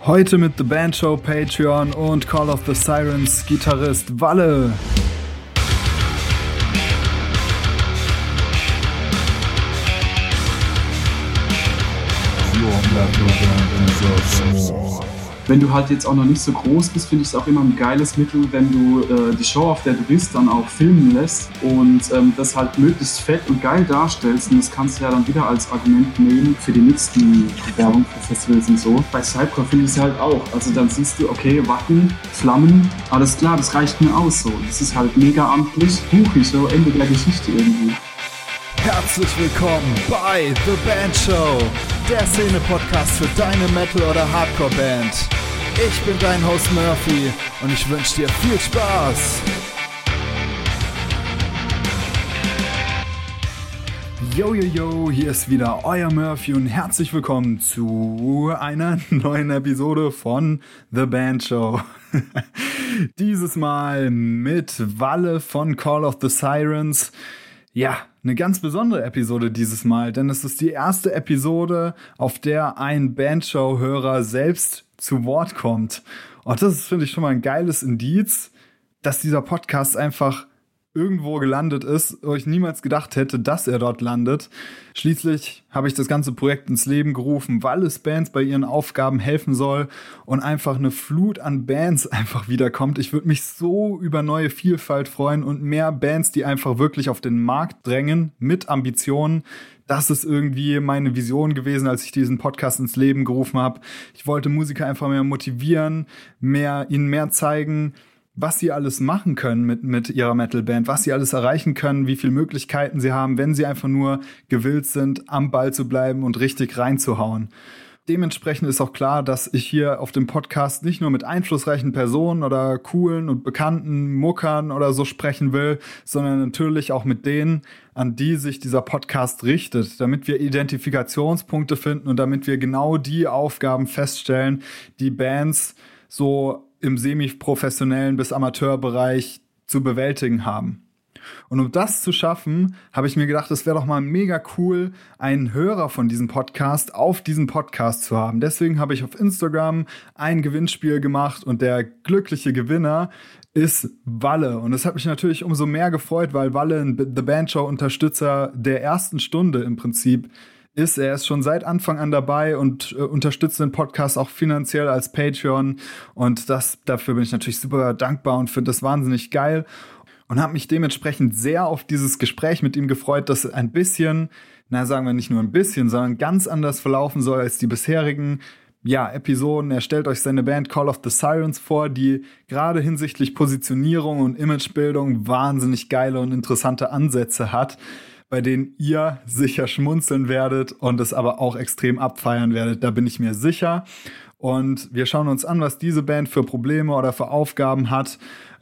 Heute mit The Band Show Patreon und Call of the Sirens Gitarrist Walle. Wenn du halt jetzt auch noch nicht so groß bist, finde ich es auch immer ein geiles Mittel, wenn du die Show, auf der du bist, dann auch filmen lässt und das halt möglichst fett und geil darstellst. Und das kannst du ja dann wieder als Argument nehmen für die nächsten Werbung für Festivals und so. Bei Cypher finde ich es halt auch. Also dann siehst du, okay, Wacken, Flammen, alles klar, das reicht mir aus so. Das ist halt mega amtlich, buchig, so Ende der Geschichte irgendwie. Herzlich willkommen bei The Band Show, der Szene-Podcast für deine Metal- oder Hardcore-Band. Ich bin dein Host Murphy und ich wünsche dir viel Spaß. Yo, hier ist wieder euer Murphy und herzlich willkommen zu einer neuen Episode von The Band Show. Dieses Mal mit Walle von Call of the Sirens. Ja, eine ganz besondere Episode dieses Mal, denn es ist die erste Episode, auf der ein Bandshow-Hörer selbst zu Wort kommt. Und das ist, finde ich, schon mal ein geiles Indiz, dass dieser Podcast einfach irgendwo gelandet ist, wo ich niemals gedacht hätte, dass er dort landet. Schließlich habe ich das ganze Projekt ins Leben gerufen, weil es Bands bei ihren Aufgaben helfen soll und einfach eine Flut an Bands einfach wiederkommt. Ich würde mich so über neue Vielfalt freuen und mehr Bands, die einfach wirklich auf den Markt drängen mit Ambitionen. Das ist irgendwie meine Vision gewesen, als ich diesen Podcast ins Leben gerufen habe. Ich wollte Musiker einfach mehr motivieren, ihnen mehr zeigen, was sie alles machen können mit ihrer Metalband, was sie alles erreichen können, wie viele Möglichkeiten sie haben, wenn sie einfach nur gewillt sind, am Ball zu bleiben und richtig reinzuhauen. Dementsprechend ist auch klar, dass ich hier auf dem Podcast nicht nur mit einflussreichen Personen oder coolen und bekannten Muckern oder so sprechen will, sondern natürlich auch mit denen, an die sich dieser Podcast richtet, damit wir Identifikationspunkte finden und damit wir genau die Aufgaben feststellen, die Bands so im semi-professionellen bis Amateurbereich zu bewältigen haben. Und um das zu schaffen, habe ich mir gedacht, es wäre doch mal mega cool, einen Hörer von diesem Podcast auf diesem Podcast zu haben. Deswegen habe ich auf Instagram ein Gewinnspiel gemacht und der glückliche Gewinner ist Walle. Und das hat mich natürlich umso mehr gefreut, weil Walle ein The Band Show Unterstützer der ersten Stunde im Prinzip ist. Er ist schon seit Anfang an dabei und unterstützt den Podcast auch finanziell als Patreon. Und dafür bin ich natürlich super dankbar und finde das wahnsinnig geil. Und habe mich dementsprechend sehr auf dieses Gespräch mit ihm gefreut, das ein bisschen, sagen wir nicht nur ein bisschen, sondern ganz anders verlaufen soll als die bisherigen Episoden. Er stellt euch seine Band Call of the Sirens vor, die gerade hinsichtlich Positionierung und Imagebildung wahnsinnig geile und interessante Ansätze hat, bei denen ihr sicher schmunzeln werdet und es aber auch extrem abfeiern werdet. Da bin ich mir sicher. Und wir schauen uns an, was diese Band für Probleme oder für Aufgaben hat,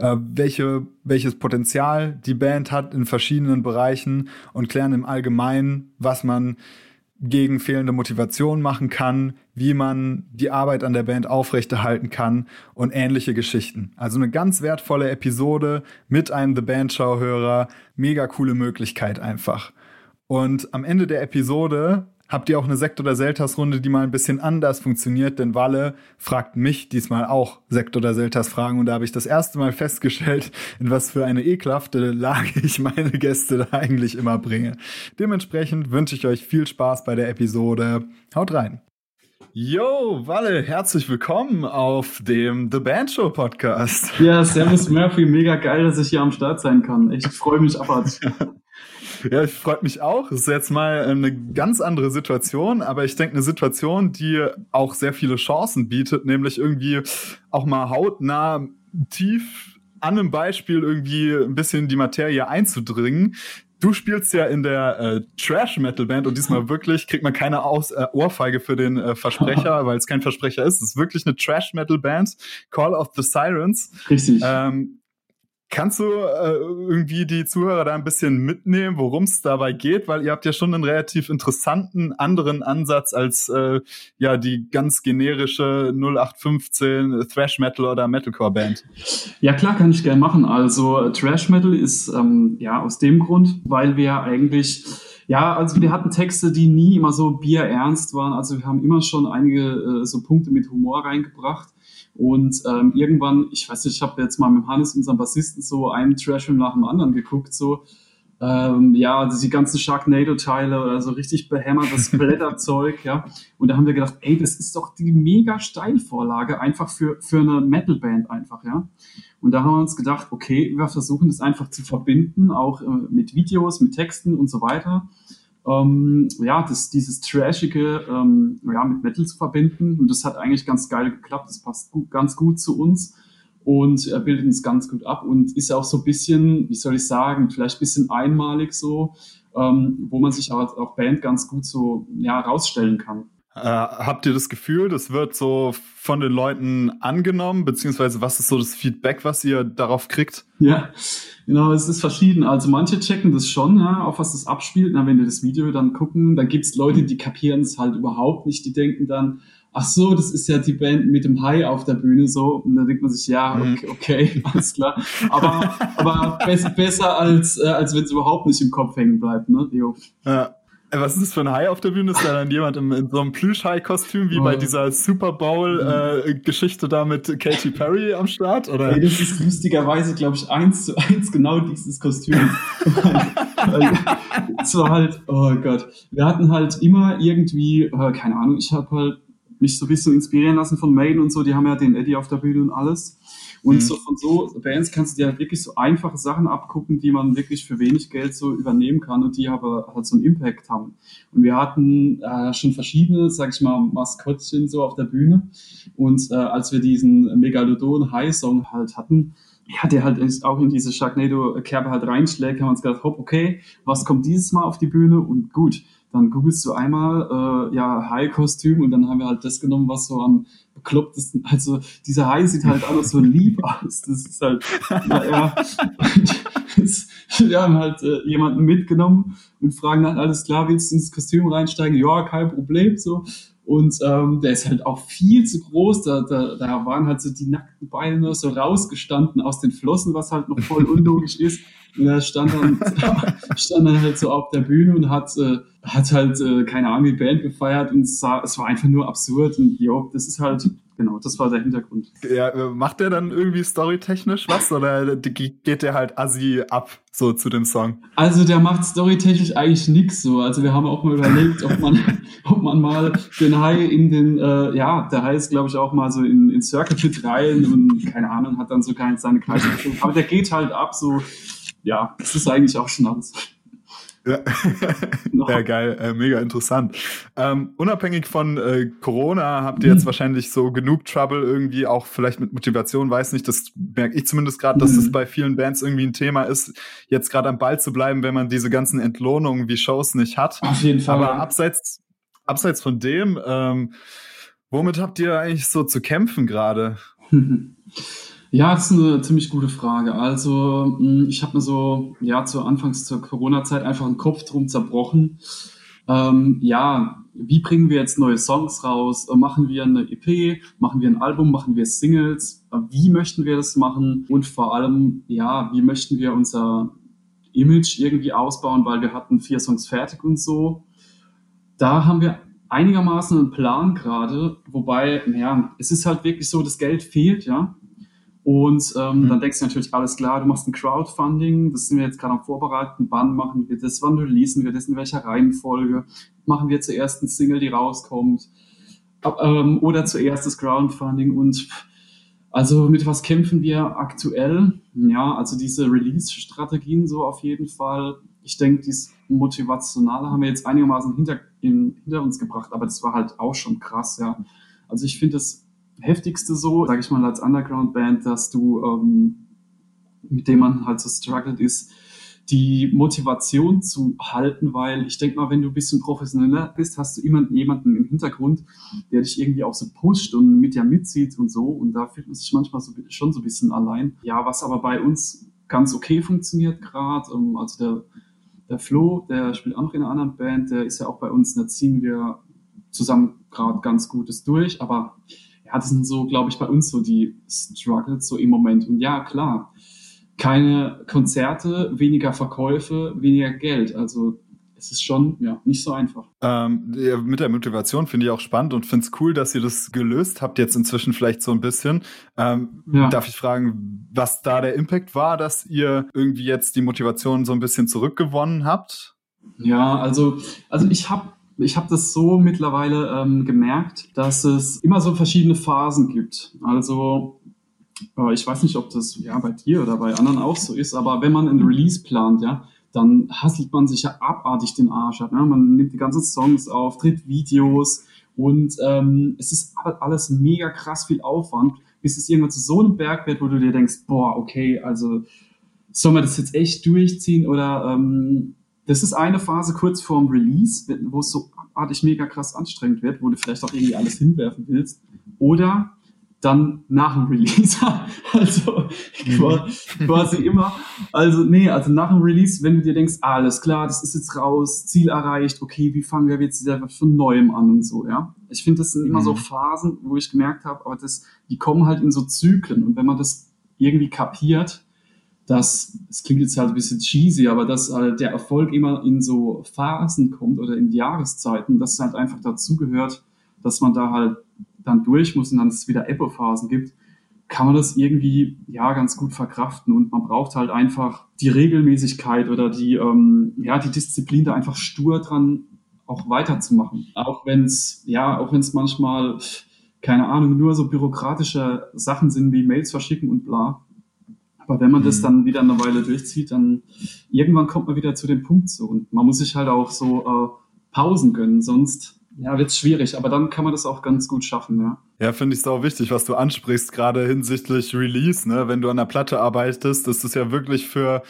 welches Potenzial die Band hat in verschiedenen Bereichen und klären im Allgemeinen, was man gegen fehlende Motivation machen kann, wie man die Arbeit an der Band aufrechterhalten kann und ähnliche Geschichten. Also eine ganz wertvolle Episode mit einem The Band Show-Hörer. Mega coole Möglichkeit einfach. Und am Ende der Episode habt ihr auch eine Sekt- oder Selters-Runde, die mal ein bisschen anders funktioniert, denn Walle fragt mich diesmal auch Sekt- oder Selters-Fragen und da habe ich das erste Mal festgestellt, in was für eine ekelhafte Lage ich meine Gäste da eigentlich immer bringe. Dementsprechend wünsche ich euch viel Spaß bei der Episode. Haut rein! Yo, Walle, herzlich willkommen auf dem The Band Show Podcast. Ja, servus Murphy, mega geil, dass ich hier am Start sein kann. Ich freue mich abartig. Ja, ich freue mich auch. Es ist jetzt mal eine ganz andere Situation, aber ich denke eine Situation, die auch sehr viele Chancen bietet, nämlich irgendwie auch mal hautnah tief an einem Beispiel irgendwie ein bisschen in die Materie einzudringen. Du spielst ja in der Trash-Metal-Band und diesmal wirklich kriegt man keine Ohrfeige für den Versprecher, weil es kein Versprecher ist. Es ist wirklich eine Trash-Metal-Band, Call of the Sirens. Richtig. Kannst du irgendwie die Zuhörer da ein bisschen mitnehmen, worum es dabei geht? Weil ihr habt ja schon einen relativ interessanten anderen Ansatz als die ganz generische 0815 Thrash-Metal oder Metalcore-Band. Ja klar, kann ich gerne machen. Also Thrash-Metal ist aus dem Grund, weil wir eigentlich Ja, also wir hatten Texte, die nie immer so bierernst waren. Also wir haben immer schon einige so Punkte mit Humor reingebracht. Und irgendwann, ich weiß nicht, ich habe jetzt mal mit Hannes, unserem Bassisten, so einen Trashfilm nach dem anderen geguckt, so ja, die ganzen Sharknado-Teile oder so richtig behämmertes Blätterzeug, ja. Und da haben wir gedacht, ey, das ist doch die mega Steilvorlage einfach für eine Metalband einfach, ja. Und da haben wir uns gedacht, okay, wir versuchen das einfach zu verbinden, auch mit Videos, mit Texten und so weiter. Ja, dieses Trashige ja, mit Metal zu verbinden. Und das hat eigentlich ganz geil geklappt. Das passt ganz gut zu uns und bildet uns ganz gut ab und ist auch so ein bisschen, wie soll ich sagen, vielleicht ein bisschen einmalig so, wo man sich auch Band ganz gut so ja, rausstellen kann. Habt ihr das Gefühl, das wird so von den Leuten angenommen, beziehungsweise was ist so das Feedback, was ihr darauf kriegt? Ja, genau, es ist verschieden. Also manche checken das schon, ja, auf was das abspielt. Na, wenn die das Video dann gucken, dann gibt's Leute, die kapieren es halt überhaupt nicht. Die denken dann, ach so, das ist ja die Band mit dem Hai auf der Bühne so. Und dann denkt man sich, ja, okay, alles klar. Aber besser als wenn es überhaupt nicht im Kopf hängen bleibt, ne? Jo. Ja. Was ist das für ein Hai auf der Bühne? Ist da dann jemand in so einem Plüsch-Hai-Kostüm wie bei dieser Super Bowl-Geschichte da mit Katy Perry am Start? Oder? Hey, das ist lustigerweise, glaube ich, 1:1 genau dieses Kostüm. Es war halt, oh Gott. Wir hatten halt immer irgendwie, keine Ahnung, ich habe halt mich so ein bisschen inspirieren lassen von Maiden und so, die haben ja den Eddie auf der Bühne und alles. Und so von so Bands kannst du dir halt wirklich so einfache Sachen abgucken, die man wirklich für wenig Geld so übernehmen kann und die aber halt so einen Impact haben. Und wir hatten schon verschiedene, sag ich mal, Maskottchen so auf der Bühne. Und als wir diesen Megalodon High Song halt hatten, ja, der halt auch in diese Sharknado-Kerbe halt reinschlägt, haben wir uns gedacht, hopp, okay, was kommt dieses Mal auf die Bühne? Und gut, dann googelst du einmal, ja, Hai-Kostüm und dann haben wir halt das genommen, was so am beklopptesten, also dieser Hai sieht halt alles so lieb aus, das ist halt, ja, wir haben halt jemanden mitgenommen und fragen dann, alles klar, willst du ins Kostüm reinsteigen? Ja, kein Problem, so. Und der ist halt auch viel zu groß. Da waren halt so die nackten Beine so rausgestanden aus den Flossen, was halt noch voll unlogisch ist. Und er stand dann halt so auf der Bühne und hat halt, keine Ahnung, die Band gefeiert. Und es war einfach nur absurd. Und jo, das ist halt, genau, das war der Hintergrund. Ja, macht der dann irgendwie storytechnisch was oder geht der halt assi ab so zu dem Song? Also der macht storytechnisch eigentlich nix so. Also wir haben auch mal überlegt, ob man mal den Hai in den, ja, der Hai ist glaube ich auch mal so in Circle Pit rein und keine Ahnung, hat dann so seine Kreise gezogen. Aber der geht halt ab so, ja, das ist eigentlich auch schon alles. Ja, ja geil, mega interessant. Unabhängig von Corona habt ihr jetzt wahrscheinlich so genug Trouble irgendwie, auch vielleicht mit Motivation, weiß nicht, das merke ich zumindest gerade, dass das bei vielen Bands irgendwie ein Thema ist, jetzt gerade am Ball zu bleiben, wenn man diese ganzen Entlohnungen wie Shows nicht hat. Auf jeden Fall. Aber abseits von dem, womit habt ihr eigentlich so zu kämpfen gerade? Ja, das ist eine ziemlich gute Frage. Also ich habe mir so, ja, zur Corona-Zeit einfach den Kopf drum zerbrochen. Ja, wie bringen wir jetzt neue Songs raus? Machen wir eine EP? Machen wir ein Album? Machen wir Singles? Wie möchten wir das machen? Und vor allem, ja, wie möchten wir unser Image irgendwie ausbauen? Weil wir hatten 4 Songs fertig und so. Da haben wir einigermaßen einen Plan gerade. Wobei, ja, es ist halt wirklich so, das Geld fehlt, ja. Und dann denkst du natürlich, alles klar, du machst ein Crowdfunding, das sind wir jetzt gerade am Vorbereiten, wann machen wir das, wann releasen wir das, in welcher Reihenfolge, machen wir zuerst eine Single, die rauskommt, oder zuerst das Crowdfunding und also mit was kämpfen wir aktuell? Ja, also diese Release-Strategien so auf jeden Fall. Ich denke, dieses Motivationale haben wir jetzt einigermaßen hinter uns gebracht, aber das war halt auch schon krass, ja. Also ich finde das Heftigste so, sage ich mal, als Underground-Band, dass du, mit dem man halt so struggelt, ist, die Motivation zu halten, weil ich denke mal, wenn du ein bisschen professioneller bist, hast du immer jemanden im Hintergrund, der dich irgendwie auch so pusht und mit dir mitzieht und so und da fühlt man sich manchmal schon so ein bisschen allein. Ja, was aber bei uns ganz okay funktioniert gerade, also der Flo, der spielt auch noch in einer anderen Band, der ist ja auch bei uns, da ziehen wir zusammen gerade ganz Gutes durch, aber ja, das sind so, glaube ich, bei uns so die Struggles so im Moment. Und ja, klar, keine Konzerte, weniger Verkäufe, weniger Geld. Also es ist schon nicht so einfach. Mit der Motivation finde ich auch spannend und finde es cool, dass ihr das gelöst habt jetzt inzwischen vielleicht so ein bisschen. Darf ich fragen, was da der Impact war, dass ihr irgendwie jetzt die Motivation so ein bisschen zurückgewonnen habt? Ja, also ich hab das so mittlerweile gemerkt, dass es immer so verschiedene Phasen gibt. Also ich weiß nicht, ob das bei dir oder bei anderen auch so ist, aber wenn man ein Release plant, dann hasselt man sich ja abartig den Arsch ab. Ne? Man nimmt die ganzen Songs auf, dreht Videos und es ist alles mega krass viel Aufwand, bis es irgendwann zu so einem Berg wird, wo du dir denkst, boah, okay, also soll man das jetzt echt durchziehen oder das ist eine Phase kurz vorm Release, wo es so abartig mega krass anstrengend wird, wo du vielleicht auch irgendwie alles hinwerfen willst. Oder dann nach dem Release. Also quasi immer. Also nach dem Release, wenn du dir denkst, alles klar, das ist jetzt raus, Ziel erreicht, okay, wie fangen wir jetzt wieder von Neuem an und so, ja. Ich finde, das sind immer so Phasen, wo ich gemerkt habe, aber die kommen halt in so Zyklen. Und wenn man das irgendwie kapiert, es klingt jetzt halt ein bisschen cheesy, aber dass der Erfolg immer in so Phasen kommt oder in Jahreszeiten, dass es halt einfach dazugehört, dass man da halt dann durch muss und dann es wieder Ebbe-Phasen gibt, kann man das irgendwie ganz gut verkraften und man braucht halt einfach die Regelmäßigkeit oder die Disziplin, da einfach stur dran auch weiterzumachen. Auch wenn es manchmal, keine Ahnung, nur so bürokratische Sachen sind wie Mails verschicken und bla. Aber wenn man das dann wieder eine Weile durchzieht, dann irgendwann kommt man wieder zu dem Punkt so. Und man muss sich halt auch so Pausen gönnen, sonst wird es schwierig. Aber dann kann man das auch ganz gut schaffen, ja. Ja, finde ich sau wichtig, was du ansprichst, gerade hinsichtlich Release, ne? Wenn du an der Platte arbeitest, ist es ja wirklich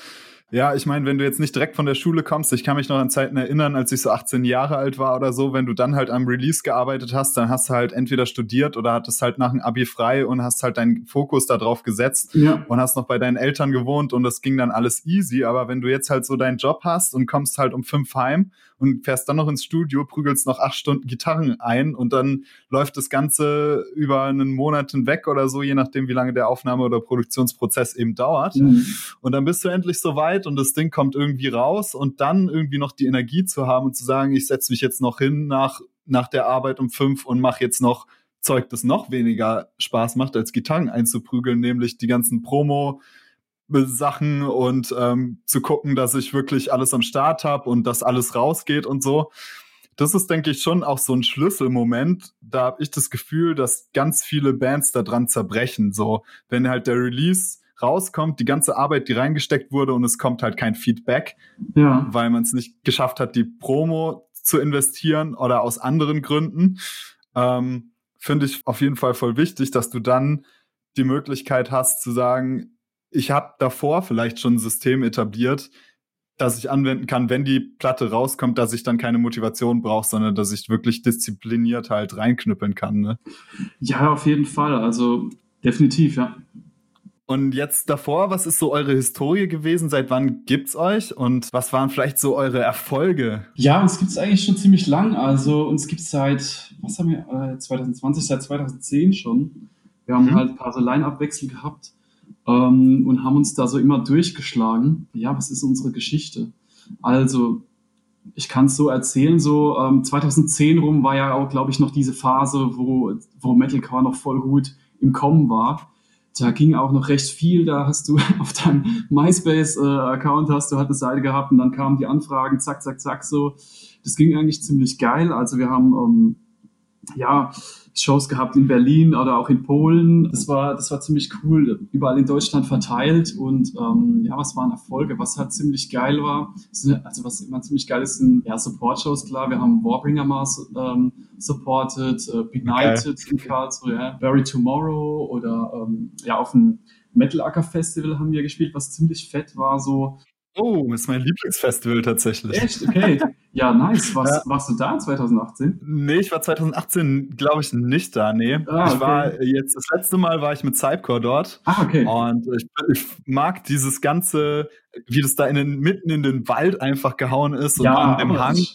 ich meine, wenn du jetzt nicht direkt von der Schule kommst, ich kann mich noch an Zeiten erinnern, als ich so 18 Jahre alt war oder so, wenn du dann halt am Release gearbeitet hast, dann hast du halt entweder studiert oder hattest halt nach dem Abi frei und hast halt deinen Fokus da drauf gesetzt und hast noch bei deinen Eltern gewohnt und das ging dann alles easy. Aber wenn du jetzt halt so deinen Job hast und kommst halt um 5 heim und fährst dann noch ins Studio, prügelst noch 8 Stunden Gitarren ein und dann läuft das Ganze über einen Monat hinweg oder so, je nachdem, wie lange der Aufnahme- oder Produktionsprozess eben dauert. Und dann bist du endlich so weit und das Ding kommt irgendwie raus und dann irgendwie noch die Energie zu haben und zu sagen, ich setze mich jetzt noch hin nach der Arbeit um 5 und mache jetzt noch Zeug, das noch weniger Spaß macht, als Gitarren einzuprügeln, nämlich die ganzen Promo-Sachen und zu gucken, dass ich wirklich alles am Start habe und dass alles rausgeht und so. Das ist, denke ich, schon auch so ein Schlüsselmoment. Da habe ich das Gefühl, dass ganz viele Bands da dran zerbrechen. So, wenn halt der Release rauskommt, die ganze Arbeit, die reingesteckt wurde und es kommt halt kein Feedback, weil man es nicht geschafft hat, die Promo zu investieren oder aus anderen Gründen, finde ich auf jeden Fall voll wichtig, dass du dann die Möglichkeit hast zu sagen, ich habe davor vielleicht schon ein System etabliert, das ich anwenden kann, wenn die Platte rauskommt, dass ich dann keine Motivation brauche, sondern dass ich wirklich diszipliniert halt reinknüppeln kann. Ne? Ja, auf jeden Fall. Also definitiv, ja. Und jetzt davor, was ist so eure Historie gewesen? Seit wann gibt's euch? Und was waren vielleicht so eure Erfolge? Ja, uns gibt's eigentlich schon ziemlich lang. Also uns gibt's seit 2020, seit 2010 schon. Wir haben halt ein paar so Line-Up-Wechsel gehabt und haben uns da so immer durchgeschlagen. Ja, was ist unsere Geschichte? Also ich kann es so erzählen, so 2010 rum war ja auch, glaube ich, noch diese Phase, wo Metalcore noch voll gut im Kommen war. Da ging auch noch recht viel, da hast du auf deinem MySpace-Account hast du halt eine Seite gehabt und dann kamen die Anfragen, zack, zack, zack, so. Das ging eigentlich ziemlich geil. Also wir haben Shows gehabt in Berlin oder auch in Polen. Das war ziemlich cool, überall in Deutschland verteilt und was waren Erfolge? Was halt ziemlich geil war, also was immer ziemlich geil ist, sind Support-Shows, klar. Wir haben Warbringer mal supported, Benighted in Karlsruhe, Bury Tomorrow oder auf dem Metal Acker Festival haben wir gespielt, was ziemlich fett war, so. Oh, das ist mein Lieblingsfestival tatsächlich. Echt? Okay. Ja, nice. Warst du da 2018? Nee, ich war 2018, glaube ich, nicht da, nee. Okay. Ich war jetzt, das letzte Mal war ich mit Cypcore dort. Okay. Und ich mag dieses Ganze, wie das da mitten in den Wald einfach gehauen ist und an dem Hang ist.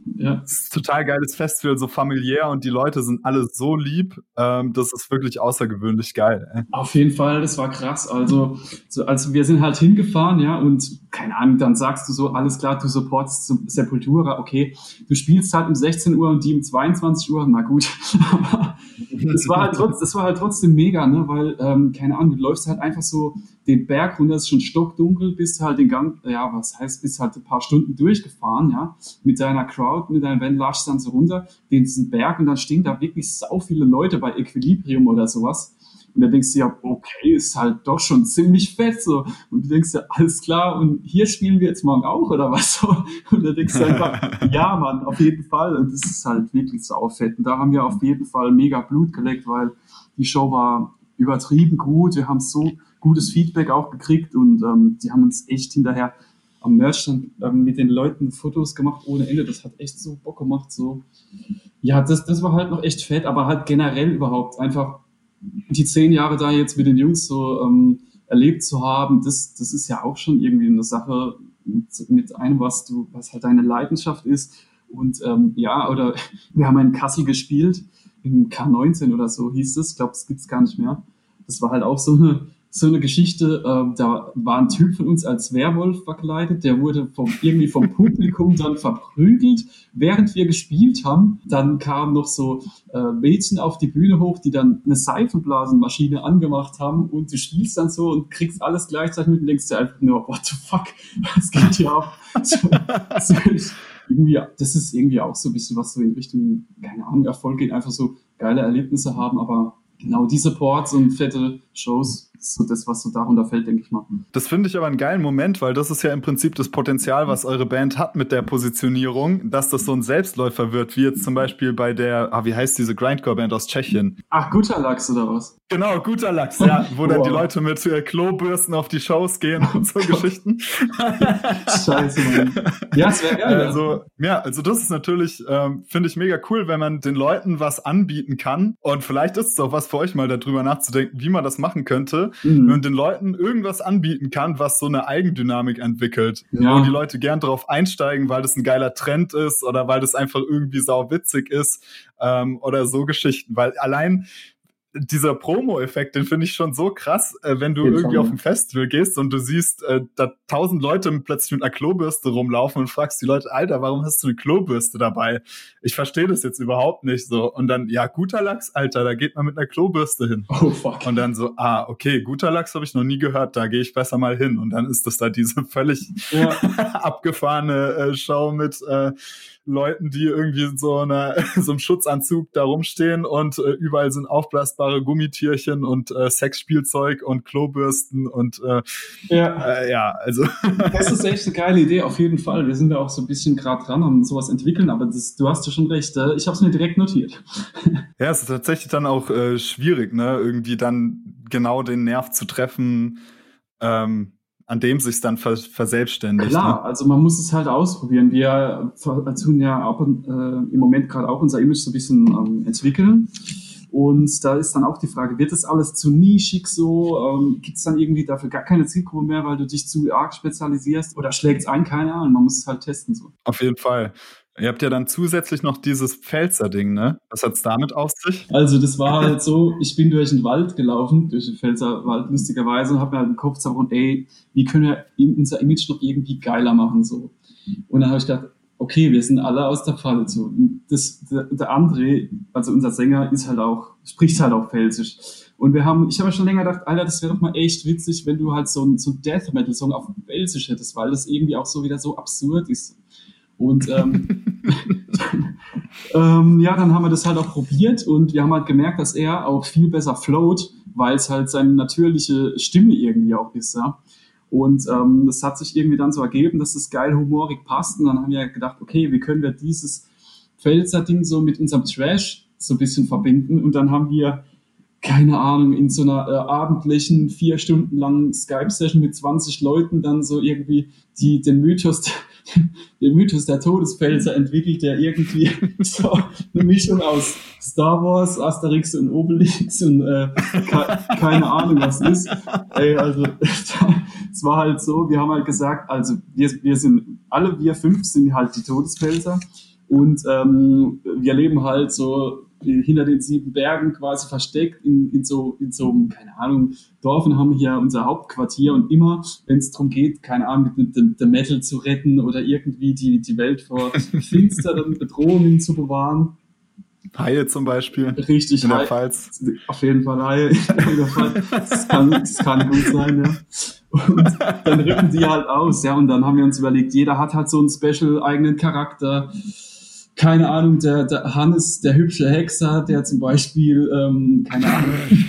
Ja. Es ist ein total geiles Festival, so familiär und die Leute sind alle so lieb. Das ist wirklich außergewöhnlich geil. Auf jeden Fall, das war krass. Also wir sind halt hingefahren, ja, und keine Ahnung, dann sagst du so, alles klar, du supportst Sepultura, okay, du spielst halt um 16 Uhr und die um 22 Uhr, na gut. Aber das war halt trotzdem mega, ne, weil, keine Ahnung, du läufst halt einfach so den Berg runter, es ist schon stockdunkel, bist halt bist halt ein paar Stunden durchgefahren, ja, mit deiner Crowd, mit deinem Van, lachst dann so runter, diesen Berg und dann stehen da wirklich sau viele Leute bei Equilibrium oder sowas. Und dann denkst du ja, okay, ist halt doch schon ziemlich fett so. Und du denkst ja, alles klar, und hier spielen wir jetzt morgen auch oder was so. Und dann denkst du einfach, ja Mann, auf jeden Fall. Und das ist halt wirklich saufett. Und da haben wir auf jeden Fall mega Blut geleckt, weil die Show war übertrieben gut. Wir haben so gutes Feedback auch gekriegt und die haben uns echt hinterher am Merchstand mit den Leuten Fotos gemacht ohne Ende. Das hat echt so Bock gemacht. So. Ja, das war halt noch echt fett, aber halt generell überhaupt einfach die 10 Jahre da jetzt mit den Jungs so erlebt zu haben, das ist ja auch schon irgendwie eine Sache mit einem, was halt deine Leidenschaft ist. Und oder wir haben in Kassel gespielt, im K19 oder so hieß es, ich glaube, das gibt's gar nicht mehr. Das war halt auch so eine Geschichte, da war ein Typ von uns als Werwolf verkleidet, der wurde irgendwie vom Publikum dann verprügelt, während wir gespielt haben. Dann kamen noch so Mädchen auf die Bühne hoch, die dann eine Seifenblasenmaschine angemacht haben und du spielst dann so und kriegst alles gleichzeitig mit und denkst dir einfach nur, what the fuck, was geht hier ab? Das ist irgendwie auch so ein bisschen was so in Richtung, keine Ahnung, Erfolg geht, einfach so geile Erlebnisse haben, aber genau, diese Ports und fette Shows, so das, was so darunter fällt, denke ich mal. Das finde ich aber einen geilen Moment, weil das ist ja im Prinzip das Potenzial, was eure Band hat mit der Positionierung, dass das so ein Selbstläufer wird, wie jetzt zum Beispiel bei der, wie heißt diese Grindcore-Band aus Tschechien? Ach, Guter Lachs oder was? Genau, Guter Lachs, ja, wo dann die Leute mit Klobürsten auf die Shows gehen und so Geschichten. Scheiße, Mann. Ja, es wäre geil. Also das ist natürlich, finde ich mega cool, wenn man den Leuten was anbieten kann und vielleicht ist es auch was für euch mal darüber nachzudenken, wie man das machen könnte, wenn man den Leuten irgendwas anbieten kann, was so eine Eigendynamik entwickelt, wo die Leute gern drauf einsteigen, weil das ein geiler Trend ist oder weil das einfach irgendwie sauwitzig ist oder so Geschichten, weil allein dieser Promo-Effekt, den finde ich schon so krass, wenn du irgendwie auf ein Festival gehst und du siehst, da 1000 Leute plötzlich mit einer Klobürste rumlaufen und fragst die Leute, Alter, warum hast du eine Klobürste dabei? Ich verstehe das jetzt überhaupt nicht so. Und dann, ja, Guter Lachs, Alter, da geht man mit einer Klobürste hin. Oh, fuck. Und dann so, okay, Guter Lachs habe ich noch nie gehört, da gehe ich besser mal hin. Und dann ist das da diese völlig abgefahrene Show mit Leuten, die irgendwie in so einem Schutzanzug da rumstehen und überall sind aufblasbare Gummitierchen und Sexspielzeug und Klobürsten und also. Das ist echt eine geile Idee, auf jeden Fall. Wir sind da auch so ein bisschen gerade dran am sowas entwickeln, aber du hast ja schon recht. Ich habe es mir direkt notiert. Ja, es ist tatsächlich dann auch schwierig, ne, irgendwie dann genau den Nerv zu treffen, an dem sich's dann verselbstständigt. Klar, also man muss es halt ausprobieren. Wir tun ja auch im Moment gerade auch unser Image so ein bisschen entwickeln. Und da ist dann auch die Frage, wird das alles zu nischig so? Gibt es dann irgendwie dafür gar keine Zielgruppe mehr, weil du dich zu arg spezialisierst? Oder schlägt es ein? Keine Ahnung, man muss es halt testen. So. Auf jeden Fall. Ihr habt ja dann zusätzlich noch dieses Pfälzer-Ding, ne? Was hat's damit auf sich? Also das war halt so, ich bin durch den Wald gelaufen, durch den Pfälzerwald lustigerweise und habe mir halt im Kopf zerbrochen, wie können wir unser Image noch irgendwie geiler machen so. Und dann habe ich gedacht, okay, wir sind alle aus der Pfalz so. Der André, also unser Sänger, spricht halt auch Pfälzisch. Und ich habe ja schon länger gedacht, Alter, das wäre doch mal echt witzig, wenn du halt so einen Death Metal Song auf Pfälzisch hättest, weil das irgendwie auch so wieder so absurd ist. Und dann haben wir das halt auch probiert und wir haben halt gemerkt, dass er auch viel besser float, weil es halt seine natürliche Stimme irgendwie auch ist, ja. Und das hat sich irgendwie dann so ergeben, dass es geil humorig passt und dann haben wir gedacht, okay, wie können wir dieses Pfälzer-Ding so mit unserem Trash so ein bisschen verbinden und dann haben wir, keine Ahnung, in so einer abendlichen 4 Stunden langen Skype-Session mit 20 Leuten dann so irgendwie den Mythos der Todespfälzer entwickelt, der irgendwie so eine Mischung aus Star Wars, Asterix und Obelix und keine Ahnung was ist. Also es war halt so, wir haben halt gesagt, also wir 5 sind halt die Todespfälzer Und wir leben halt so hinter den 7 Bergen quasi versteckt in so einem, keine Ahnung, Dorf und haben hier unser Hauptquartier und immer, wenn es darum geht, keine Ahnung, mit dem Metal zu retten oder irgendwie die Welt vor finsteren Bedrohungen zu bewahren. Haie zum Beispiel. Richtig, in der Pfalz. Auf jeden Fall Haie in der Pfalz. Das kann gut sein, ja. Und dann rücken die halt aus, ja, und dann haben wir uns überlegt, jeder hat halt so einen special eigenen Charakter. Keine Ahnung, der Hannes, der hübsche Hexer, der zum Beispiel, keine Ahnung.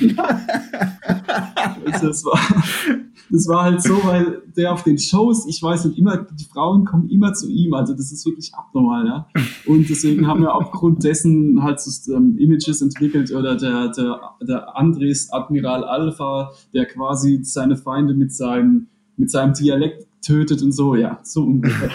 Das war halt so, weil der auf den Shows, ich weiß nicht, immer, die Frauen kommen immer zu ihm, also das ist wirklich abnormal, ja. Und deswegen haben wir aufgrund dessen halt so Images entwickelt, oder der Andres Admiral Alpha, der quasi seine Feinde mit seinem Dialekt tötet und so, ja, so ungefähr.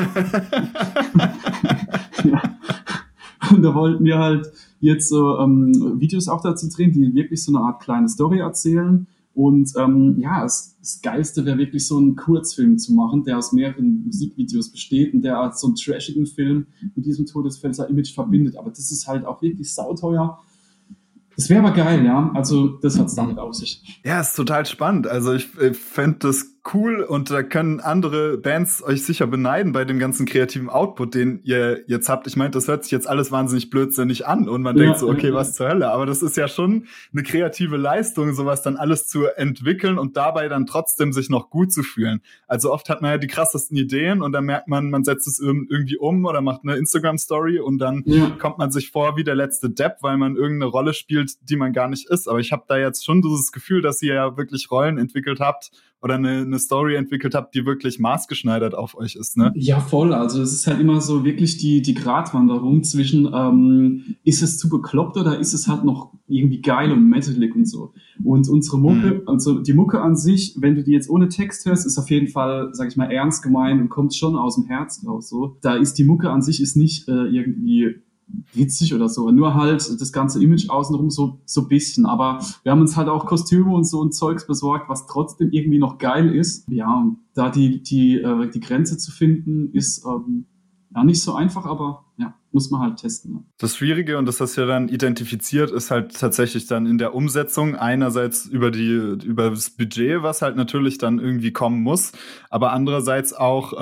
Ja. Und da wollten wir halt jetzt so Videos auch dazu drehen, die wirklich so eine Art kleine Story erzählen. Und das Geilste wäre wirklich so einen Kurzfilm zu machen, der aus mehreren Musikvideos besteht und der als so einen trashigen Film mit diesem Todesfenster-Image verbindet. Aber das ist halt auch wirklich sauteuer. Das wäre aber geil, ja. Also das hat es damit auf sich. Ja, ist total spannend. Also ich fände das cool, und da können andere Bands euch sicher beneiden bei dem ganzen kreativen Output, den ihr jetzt habt. Ich meine, das hört sich jetzt alles wahnsinnig blödsinnig an und man denkt so, okay, was zur Hölle? Aber das ist ja schon eine kreative Leistung, sowas dann alles zu entwickeln und dabei dann trotzdem sich noch gut zu fühlen. Also oft hat man ja die krassesten Ideen und dann merkt man setzt es irgendwie um oder macht eine Instagram-Story und dann kommt man sich vor wie der letzte Depp, weil man irgendeine Rolle spielt, die man gar nicht ist. Aber ich habe da jetzt schon dieses Gefühl, dass ihr ja wirklich Rollen entwickelt habt oder eine Story entwickelt habt, die wirklich maßgeschneidert auf euch ist, ne? Ja, voll. Also es ist halt immer so wirklich die Gratwanderung zwischen, ist es zu bekloppt oder ist es halt noch irgendwie geil und metalig und so. Und unsere Mucke, also die Mucke an sich, wenn du die jetzt ohne Text hörst, ist auf jeden Fall, sag ich mal, ernst gemeint und kommt schon aus dem Herzen raus. So. Da ist die Mucke an sich ist nicht irgendwie witzig oder so, nur halt das ganze Image außenrum so bisschen, aber wir haben uns halt auch Kostüme und so ein Zeugs besorgt, was trotzdem irgendwie noch geil ist. Ja, und da die Grenze zu finden, ist nicht so einfach, aber ja, muss man halt testen. Ne? Das Schwierige, und das hast du ja dann identifiziert, ist halt tatsächlich dann in der Umsetzung einerseits über das Budget, was halt natürlich dann irgendwie kommen muss, aber andererseits auch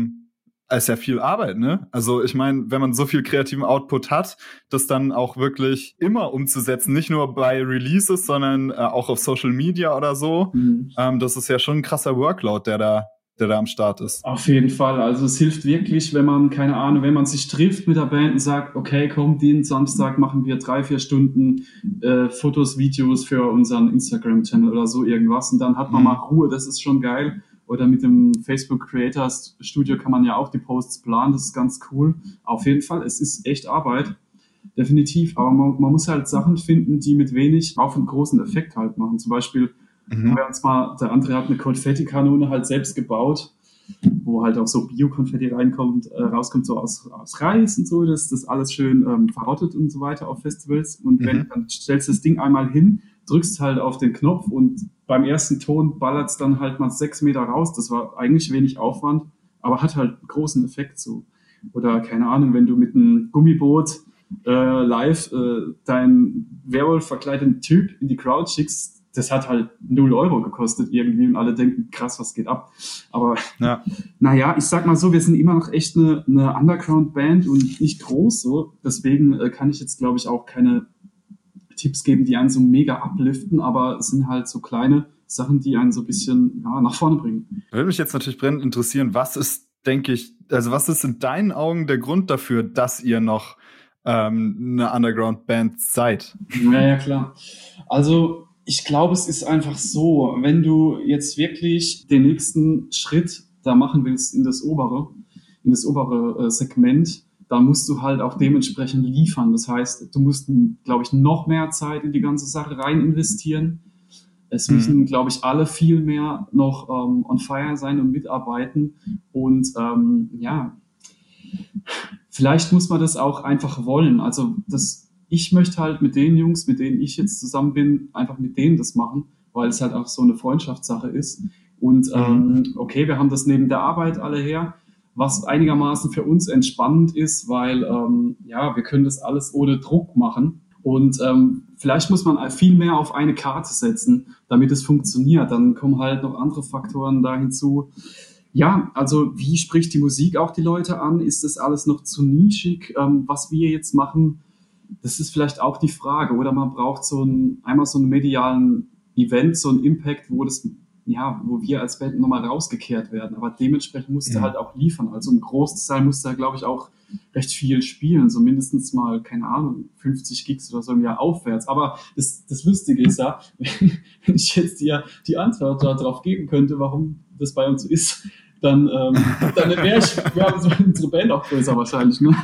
ist ja viel Arbeit, ne? Also ich meine, wenn man so viel kreativen Output hat, das dann auch wirklich immer umzusetzen, nicht nur bei Releases, sondern auch auf Social Media oder so, das ist ja schon ein krasser Workload, der da am Start ist. Auf jeden Fall. Also es hilft wirklich, wenn man, keine Ahnung, wenn man sich trifft mit der Band und sagt, okay, komm, den Samstag machen wir 3-4 Stunden Fotos, Videos für unseren Instagram-Channel oder so irgendwas, und dann hat man mal Ruhe, das ist schon geil. Oder mit dem Facebook Creators Studio kann man ja auch die Posts planen, das ist ganz cool. Auf jeden Fall, es ist echt Arbeit, definitiv. Aber man muss halt Sachen finden, die mit wenig auf einen großen Effekt halt machen. Zum Beispiel, haben wir uns mal, der andere hat eine Konfettikanone halt selbst gebaut, wo halt auch so Bio-Konfetti rauskommt so aus Reis und so, das alles schön verrottet und so weiter auf Festivals. Und wenn dann stellst du das Ding einmal hin, drückst halt auf den Knopf und beim ersten Ton ballert es dann halt mal 6 Meter raus. Das war eigentlich wenig Aufwand, aber hat halt einen großen Effekt so. Oder keine Ahnung, wenn du mit einem Gummiboot live deinen Werwolf verkleideten Typ in die Crowd schickst, das hat halt 0 Euro gekostet irgendwie und alle denken, krass, was geht ab? Aber naja, ich sag mal so, wir sind immer noch echt eine Underground-Band und nicht groß so. Deswegen kann ich jetzt, glaube ich, auch keine Tipps geben, die einen so mega upliften, aber es sind halt so kleine Sachen, die einen so ein bisschen nach vorne bringen. Würde mich jetzt natürlich brennend interessieren, was ist in deinen Augen der Grund dafür, dass ihr noch eine Underground-Band seid? Ja, klar. Also ich glaube, es ist einfach so, wenn du jetzt wirklich den nächsten Schritt da machen willst in das obere Segment, da musst du halt auch dementsprechend liefern. Das heißt, du musst, glaube ich, noch mehr Zeit in die ganze Sache rein investieren. Es müssen, glaube ich, alle viel mehr noch on fire sein und mitarbeiten. Und vielleicht muss man das auch einfach wollen. Also ich möchte halt mit den Jungs, mit denen ich jetzt zusammen bin, einfach mit denen das machen, weil es halt auch so eine Freundschaftssache ist. Und okay, wir haben das neben der Arbeit alle her. was einigermaßen für uns entspannend ist, weil wir können das alles ohne Druck machen. Und vielleicht muss man viel mehr auf eine Karte setzen, damit es funktioniert. Dann kommen halt noch andere Faktoren da hinzu. Ja, also wie spricht die Musik auch die Leute an? Ist das alles noch zu nischig? Was wir jetzt machen, das ist vielleicht auch die Frage. Oder man braucht einmal so einen medialen Event, so einen Impact, wo wir als Band nochmal rausgekehrt werden. Aber dementsprechend musst du halt auch liefern. Also um groß zu sein, musst du, glaube ich, auch recht viel spielen. So mindestens mal, keine Ahnung, 50 Gigs oder so im Jahr aufwärts. Aber das Lustige ist ja, wenn ich jetzt dir die Antwort darauf geben könnte, warum das bei uns so ist, dann wäre so unsere Band auch größer wahrscheinlich, ne?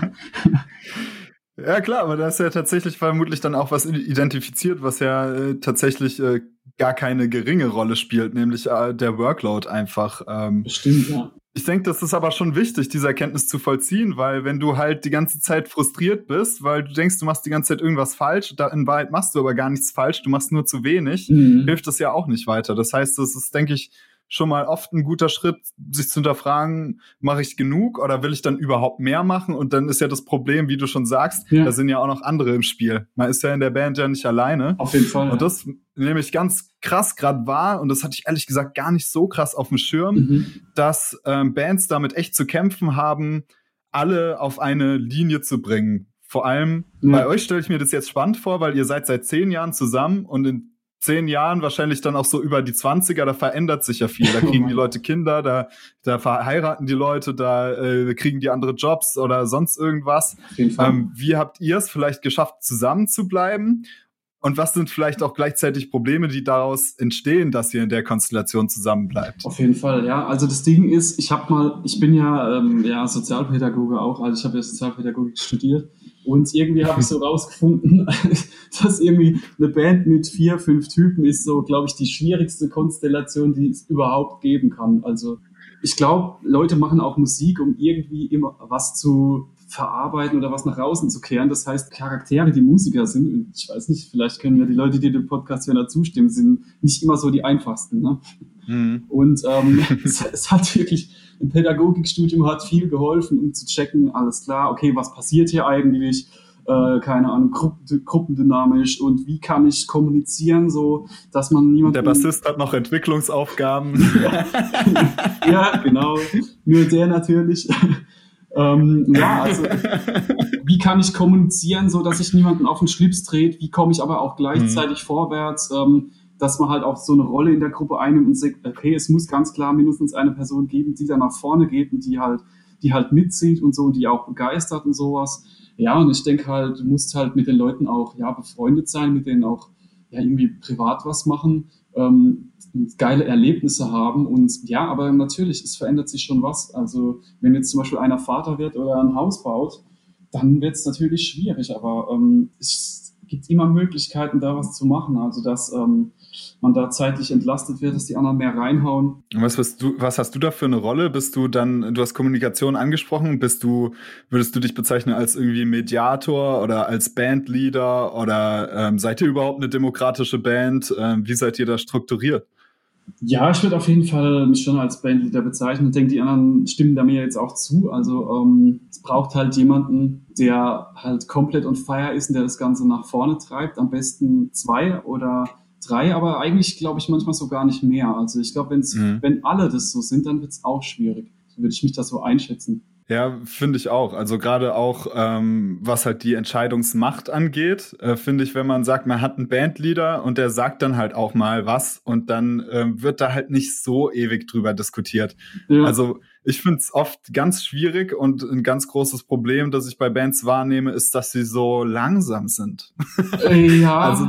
Ja, klar, aber da ist ja tatsächlich vermutlich dann auch was identifiziert, was ja tatsächlich gar keine geringe Rolle spielt, nämlich der Workload einfach. Stimmt, ja. Ich denke, das ist aber schon wichtig, diese Erkenntnis zu vollziehen, weil wenn du halt die ganze Zeit frustriert bist, weil du denkst, du machst die ganze Zeit irgendwas falsch, in Wahrheit machst du aber gar nichts falsch, du machst nur zu wenig, hilft das ja auch nicht weiter. Das heißt, das ist, denke ich, schon mal oft ein guter Schritt, sich zu hinterfragen, mache ich genug oder will ich dann überhaupt mehr machen? Und dann ist ja das Problem, wie du schon sagst, da sind ja auch noch andere im Spiel. Man ist ja in der Band ja nicht alleine. Auf jeden Fall. Und das nehme ich ganz krass gerade wahr, und das hatte ich ehrlich gesagt gar nicht so krass auf dem Schirm, dass Bands damit echt zu kämpfen haben, alle auf eine Linie zu bringen. Vor allem bei euch stelle ich mir das jetzt spannend vor, weil ihr seid seit 10 Jahren zusammen und in 10 Jahren wahrscheinlich dann auch so über die 20er, da verändert sich ja viel. Da kriegen die Leute Kinder, da verheiraten die Leute, da kriegen die andere Jobs oder sonst irgendwas. Auf jeden Fall. Wie habt ihr es vielleicht geschafft, zusammen zu bleiben? Und was sind vielleicht auch gleichzeitig Probleme, die daraus entstehen, dass ihr in der Konstellation zusammenbleibt? Auf jeden Fall, ja. Also das Ding ist, ich bin ja Sozialpädagoge auch, also ich habe ja Sozialpädagogik studiert. Und irgendwie habe ich so rausgefunden, dass irgendwie eine Band mit 4, 5 Typen ist so, glaube ich, die schwierigste Konstellation, die es überhaupt geben kann. Also ich glaube, Leute machen auch Musik, um irgendwie immer was zu verarbeiten oder was nach außen zu kehren. Das heißt, Charaktere, die Musiker sind, und ich weiß nicht, vielleicht können mir die Leute, die dem Podcast hören, zustimmen, sind nicht immer so die einfachsten. Ne? Und es hat wirklich, ein Pädagogikstudium hat viel geholfen, um zu checken, alles klar, okay, was passiert hier eigentlich? Keine Ahnung, gruppendynamisch und wie kann ich kommunizieren, so, dass man niemanden... Der Bassist hat noch Entwicklungsaufgaben. Ja, genau. Nur der natürlich. Also wie kann ich kommunizieren, so dass ich niemanden auf den Schlips dreht? Wie komme ich aber auch gleichzeitig vorwärts? Dass man halt auch so eine Rolle in der Gruppe einnimmt und sagt, okay, es muss ganz klar mindestens eine Person geben, die da nach vorne geht und die halt mitzieht und so und die auch begeistert und sowas. Ja, und ich denke halt, du musst halt mit den Leuten auch befreundet sein, mit denen auch irgendwie privat was machen, geile Erlebnisse haben und ja, aber natürlich, es verändert sich schon was. Also wenn jetzt zum Beispiel einer Vater wird oder ein Haus baut, dann wird es natürlich schwierig, aber es gibt immer Möglichkeiten, da was zu machen. Also dass man da zeitlich entlastet wird, dass die anderen mehr reinhauen. Was hast du da für eine Rolle? Du hast Kommunikation angesprochen, würdest du dich bezeichnen als irgendwie Mediator oder als Bandleader oder seid ihr überhaupt eine demokratische Band? Wie seid ihr da strukturiert? Ja, ich würde auf jeden Fall mich schon als Bandleader bezeichnen. Ich denke, die anderen stimmen da mir jetzt auch zu. Also es braucht halt jemanden, der halt komplett on fire ist und der das Ganze nach vorne treibt. Am besten 2 oder 3, aber eigentlich glaube ich manchmal so gar nicht mehr. Also ich glaube, wenn alle das so sind, dann wird es auch schwierig. So würde ich mich das so einschätzen. Ja, finde ich auch. Also gerade auch, was halt die Entscheidungsmacht angeht, finde ich, wenn man sagt, man hat einen Bandleader und der sagt dann halt auch mal was und dann wird da halt nicht so ewig drüber diskutiert. Ja. Also ich finde es oft ganz schwierig und ein ganz großes Problem, das ich bei Bands wahrnehme, ist, dass sie so langsam sind. Ja. Also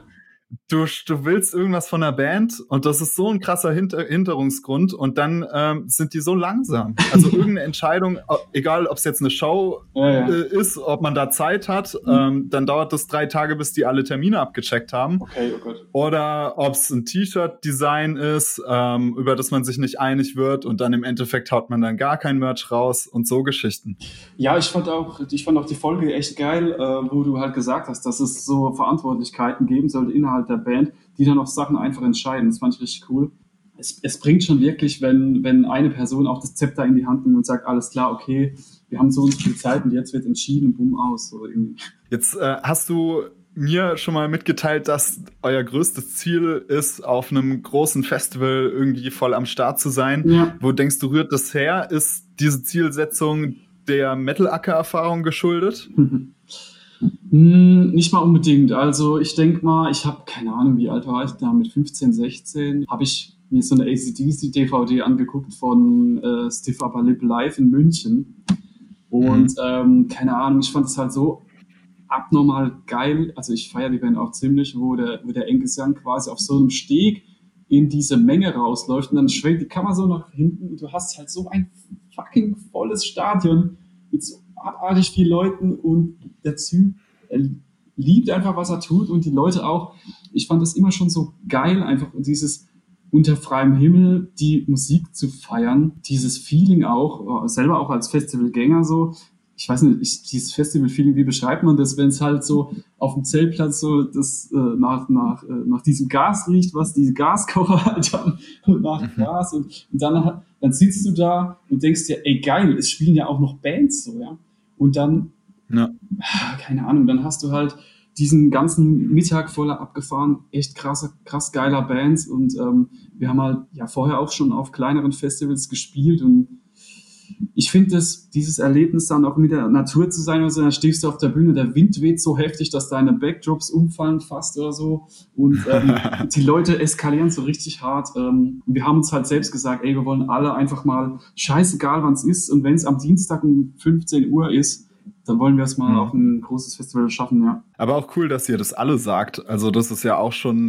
du willst irgendwas von der Band und das ist so ein krasser Hinderungsgrund und dann sind die so langsam. Also irgendeine Entscheidung, egal ob es jetzt eine Show ist, ob man da Zeit hat, dann dauert das 3 Tage, bis die alle Termine abgecheckt haben. Okay, oh Gott. Oder ob es ein T-Shirt-Design ist, über das man sich nicht einig wird und dann im Endeffekt haut man dann gar kein Merch raus und so Geschichten. Ja, ich fand auch die Folge echt geil, wo du halt gesagt hast, dass es so Verantwortlichkeiten geben sollte innerhalb der Band, die dann auch Sachen einfach entscheiden. Das fand ich richtig cool. es bringt schon wirklich, wenn eine Person auch das Zepter in die Hand nimmt und sagt, alles klar, okay, wir haben so und so viel Zeit und jetzt wird entschieden, bumm, aus. So irgendwie. Jetzt hast du mir schon mal mitgeteilt, dass euer größtes Ziel ist, auf einem großen Festival irgendwie voll am Start zu sein. Ja. Wo denkst du, rührt das her? Ist diese Zielsetzung der Metal-Acker-Erfahrung geschuldet? Nicht mal unbedingt. Also ich denke mal, ich habe keine Ahnung, wie alt war ich da, mit 15, 16, habe ich mir so eine AC/DC-DVD angeguckt von Stiff Upper Lip Live in München. Und keine Ahnung, ich fand es halt so abnormal geil. Also ich feiere die Band auch ziemlich, wo der Angus Young quasi auf so einem Steg in diese Menge rausläuft und dann schwenkt die Kamera so nach hinten und du hast halt so ein fucking volles Stadion mit so abartig vielen Leuten und der Typ liebt einfach, was er tut und die Leute auch. Ich fand das immer schon so geil, einfach dieses unter freiem Himmel die Musik zu feiern, dieses Feeling auch, selber auch als Festivalgänger so. Ich weiß nicht, dieses Festival-Feeling, wie beschreibt man das, wenn es halt so auf dem Zeltplatz so das nach diesem Gas riecht, was die Gaskocher halt haben und nach Gas und dann sitzt du da und denkst dir, ey geil, es spielen ja auch noch Bands so, ja. Und dann, keine Ahnung, dann hast du halt diesen ganzen Mittag voller abgefahren, echt krass geiler Bands und wir haben halt ja vorher auch schon auf kleineren Festivals gespielt und ich finde dieses Erlebnis dann auch mit der Natur zu sein, also dann stehst du auf der Bühne, der Wind weht so heftig, dass deine Backdrops umfallen fast oder so und die Leute eskalieren so richtig hart. Wir haben uns halt selbst gesagt, ey, wir wollen alle einfach mal, scheißegal wann es ist und wenn es am Dienstag um 15 Uhr ist, dann wollen wir es mal auf ein großes Festival schaffen, ja. Aber auch cool, dass ihr das alle sagt. Also das ist ja auch schon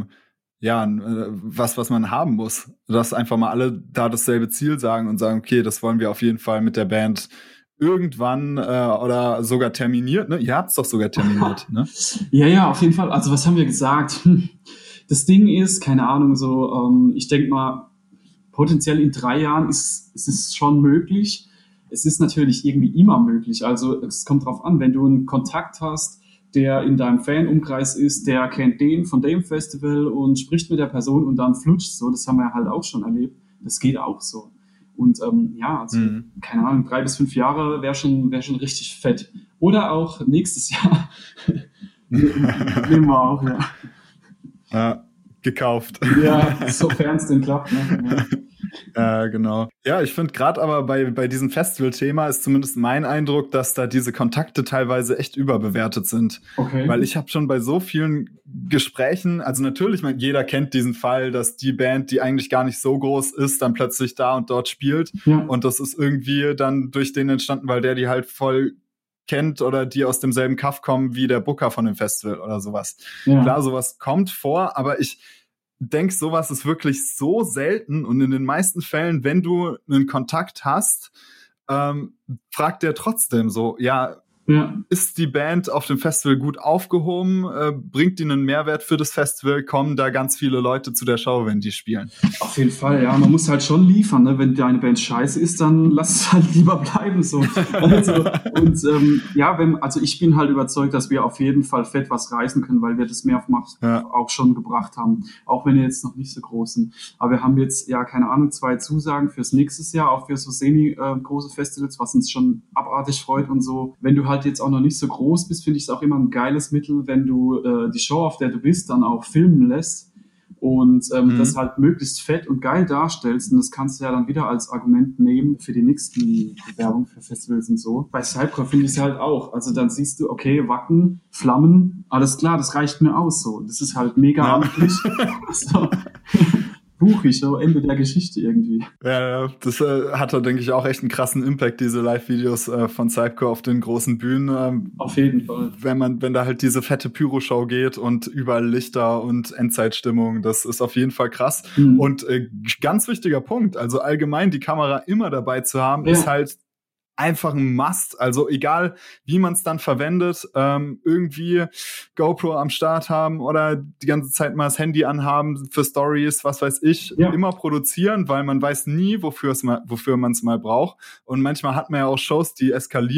was man haben muss. Dass einfach mal alle da dasselbe Ziel sagen und sagen, okay, das wollen wir auf jeden Fall mit der Band irgendwann oder sogar terminiert. Ne? Ihr habt es doch sogar terminiert, ne? Ja, auf jeden Fall. Also was haben wir gesagt? Das Ding ist, keine Ahnung, so ich denke mal, potenziell in 3 Jahren ist es schon möglich. Es ist natürlich irgendwie immer möglich. Also es kommt drauf an, wenn du einen Kontakt hast, der in deinem Fanumkreis ist, der kennt den von dem Festival und spricht mit der Person und dann flutscht so. Das haben wir halt auch schon erlebt. Das geht auch so. Und keine Ahnung, 3 bis 5 Jahre wäre schon richtig fett. Oder auch nächstes Jahr. Nehmen wir auch, ja. Gekauft. Ja, sofern es denn klappt. Ne? Ja. Genau. Ja, ich finde gerade aber bei diesem Festival-Thema ist zumindest mein Eindruck, dass da diese Kontakte teilweise echt überbewertet sind. Okay. Weil ich habe schon bei so vielen Gesprächen, also natürlich, jeder kennt diesen Fall, dass die Band, die eigentlich gar nicht so groß ist, dann plötzlich da und dort spielt. Ja. Und das ist irgendwie dann durch den entstanden, weil der die halt voll kennt oder die aus demselben Kaff kommen wie der Booker von dem Festival oder sowas. Ja. Klar, sowas kommt vor, aber ich denke, sowas ist wirklich so selten und in den meisten Fällen, wenn du einen Kontakt hast, fragt der trotzdem so, ist die Band auf dem Festival gut aufgehoben? Bringt die einen Mehrwert für das Festival? Kommen da ganz viele Leute zu der Show, wenn die spielen? Auf jeden Fall, ja. Man muss halt schon liefern, ne? Wenn deine Band scheiße ist, dann lass es halt lieber bleiben. So. Also ich bin halt überzeugt, dass wir auf jeden Fall fett was reißen können, weil wir das mehrfach auch schon gebracht haben. Auch wenn wir jetzt noch nicht so groß sind. Aber wir haben jetzt, 2 Zusagen fürs nächstes Jahr, auch für so semi-große Festivals, was uns schon abartig freut und so. Wenn du halt jetzt auch noch nicht so groß bist, finde ich es auch immer ein geiles Mittel, wenn du die Show, auf der du bist, dann auch filmen lässt und das halt möglichst fett und geil darstellst. Und das kannst du ja dann wieder als Argument nehmen für die nächsten Bewerbungen für Festivals und so. Bei Cypher finde ich es halt auch. Also dann siehst du, okay, Wacken, Flammen, alles klar, das reicht mir aus. So. Das ist halt mega amtlich. So. Buchig, so Ende der Geschichte irgendwie. Ja, das hatte, denke ich, auch echt einen krassen Impact, diese Live-Videos von Cypher auf den großen Bühnen. Auf jeden Fall. Wenn da halt diese fette Pyro-Show geht und überall Lichter und Endzeitstimmung, das ist auf jeden Fall krass. Und ganz wichtiger Punkt, also allgemein die Kamera immer dabei zu haben, ist halt einfach ein Must. Also egal, wie man es dann verwendet, irgendwie GoPro am Start haben oder die ganze Zeit mal das Handy anhaben für Stories, was weiß ich, immer produzieren, weil man weiß nie, wofür man es mal braucht. Und manchmal hat man ja auch Shows, die eskalieren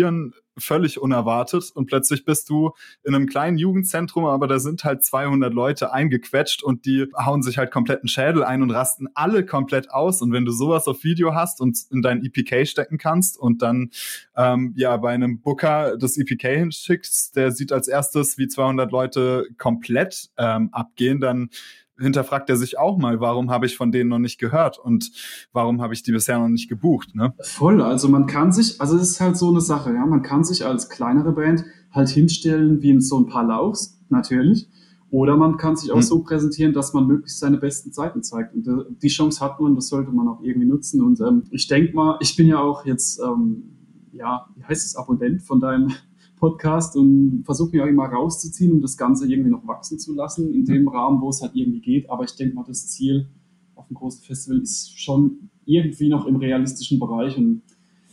völlig unerwartet und plötzlich bist du in einem kleinen Jugendzentrum, aber da sind halt 200 Leute eingequetscht und die hauen sich halt kompletten Schädel ein und rasten alle komplett aus. Und wenn du sowas auf Video hast und in dein EPK stecken kannst und dann bei einem Booker das EPK hinschickst, der sieht als erstes, wie 200 Leute komplett abgehen, dann hinterfragt er sich auch mal, warum habe ich von denen noch nicht gehört und warum habe ich die bisher noch nicht gebucht, ne? Voll, also man kann sich, also es ist halt so eine Sache, ja, man kann sich als kleinere Band halt hinstellen wie in so ein paar Lauchs, natürlich, oder man kann sich auch so präsentieren, dass man möglichst seine besten Zeiten zeigt und die Chance hat man, das sollte man auch irgendwie nutzen und ich denke mal, ich bin ja auch jetzt, wie heißt es, Abonnent von deinem Podcast und versuche mich auch immer rauszuziehen, um das Ganze irgendwie noch wachsen zu lassen, in dem Rahmen, wo es halt irgendwie geht. Aber ich denke mal, das Ziel auf dem großen Festival ist schon irgendwie noch im realistischen Bereich und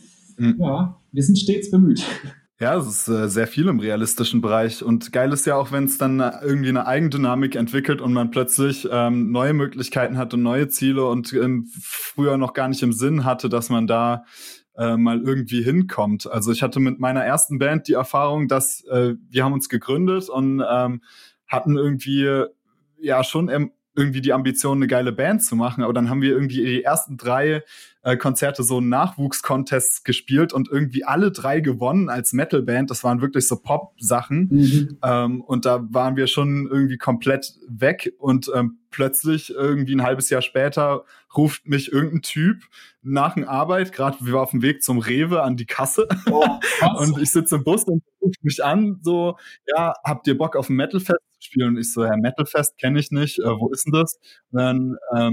ja, wir sind stets bemüht. Ja, es ist sehr viel im realistischen Bereich und geil ist ja auch, wenn es dann irgendwie eine Eigendynamik entwickelt und man plötzlich neue Möglichkeiten hat und neue Ziele und früher noch gar nicht im Sinn hatte, dass man da mal irgendwie hinkommt. Also ich hatte mit meiner ersten Band die Erfahrung, dass wir haben uns gegründet und hatten irgendwie schon irgendwie die Ambition, eine geile Band zu machen, aber dann haben wir irgendwie die ersten 3 Konzerte so Nachwuchscontests gespielt und irgendwie alle 3 gewonnen als Metalband. Das waren wirklich so Pop-Sachen. Und da waren wir schon irgendwie komplett weg und plötzlich irgendwie ein halbes Jahr später ruft mich irgendein Typ nach der Arbeit, gerade wir waren auf dem Weg zum Rewe an die Kasse und ich sitze im Bus und ruft mich an, so, ja, habt ihr Bock auf ein Metalfest zu spielen? Und ich so, ja, Metalfest kenne ich nicht, wo ist denn das? Und dann,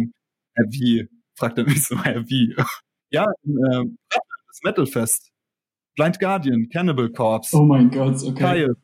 wie? Fragt er mich so, wie? Ja, das Metalfest. Blind Guardian, Cannibal Corpse. Oh mein Gott, okay. Geil.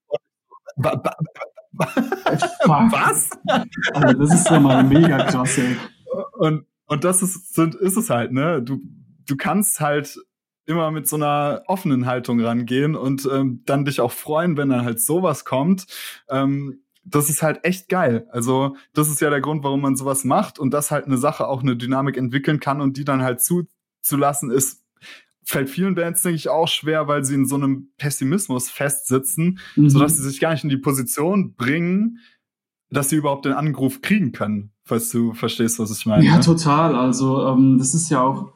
Was? Also das ist ja mal mega krass, ey. Und das ist es halt, ne? Du kannst halt immer mit so einer offenen Haltung rangehen und dann dich auch freuen, wenn dann halt sowas kommt. Das ist halt echt geil. Also das ist ja der Grund, warum man sowas macht und dass halt eine Sache auch eine Dynamik entwickeln kann und die dann halt zuzulassen fällt vielen Bands, denke ich, auch schwer, weil sie in so einem Pessimismus festsitzen, sodass sie sich gar nicht in die Position bringen, dass sie überhaupt den Anruf kriegen können, falls du verstehst, was ich meine. Ja, total. Also das ist ja auch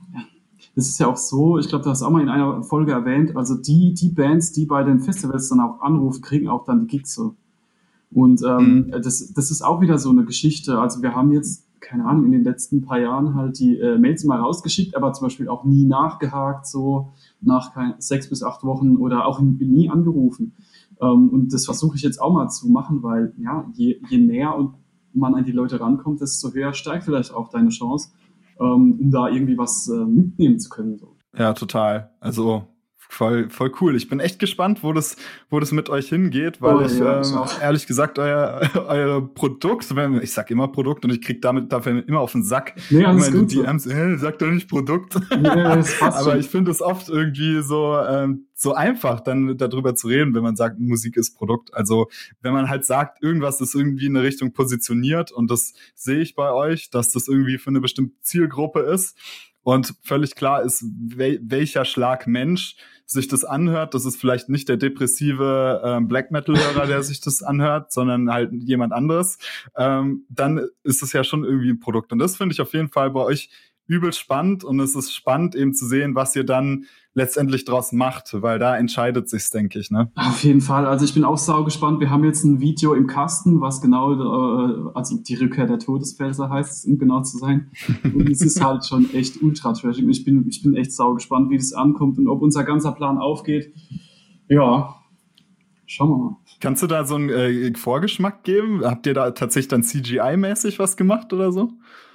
so, ich glaube, du hast auch mal in einer Folge erwähnt, also die Bands, die bei den Festivals dann auch anrufen, kriegen auch dann die Gigs so. Und das ist auch wieder so eine Geschichte. Also wir haben jetzt, keine Ahnung, in den letzten paar Jahren halt die Mails mal rausgeschickt, aber zum Beispiel auch nie nachgehakt, so nach 6 bis 8 Wochen oder auch nie angerufen. Und das versuche ich jetzt auch mal zu machen, weil ja, je näher man an die Leute rankommt, desto höher steigt vielleicht auch deine Chance, um da irgendwie was mitnehmen zu können. So. Ja, total. Also voll cool. Ich bin echt gespannt, wo das mit euch hingeht, weil ich ehrlich gesagt euer Produkt, ich sag immer Produkt und ich krieg dafür immer auf den Sack. Nee, alles immer in gut die DMs, sag doch nicht Produkt. Nee, das passt aber schon. ich finde es oft irgendwie so einfach, dann darüber zu reden, wenn man sagt, Musik ist Produkt. Also wenn man halt sagt, irgendwas ist irgendwie in eine Richtung positioniert und das sehe ich bei euch, dass das irgendwie für eine bestimmte Zielgruppe ist. Und völlig klar ist, welcher Schlag Mensch sich das anhört. Das ist vielleicht nicht der depressive Black Metal-Hörer, der sich das anhört, sondern halt jemand anderes. Dann ist es ja schon irgendwie ein Produkt. Und das finde ich auf jeden Fall bei euch übel spannend. Und es ist spannend eben zu sehen, was ihr dann letztendlich draus macht, weil da entscheidet sich's, denke ich, ne? Auf jeden Fall. Also ich bin auch sau gespannt. Wir haben jetzt ein Video im Kasten, was genau, also die Rückkehr der Todesfelser heißt, um genau zu sein. Und es ist halt schon echt ultra trashig. Ich bin echt sau gespannt, wie das ankommt und ob unser ganzer Plan aufgeht. Ja, schauen wir mal. Kannst du da so einen Vorgeschmack geben? Habt ihr da tatsächlich dann CGI-mäßig was gemacht oder so?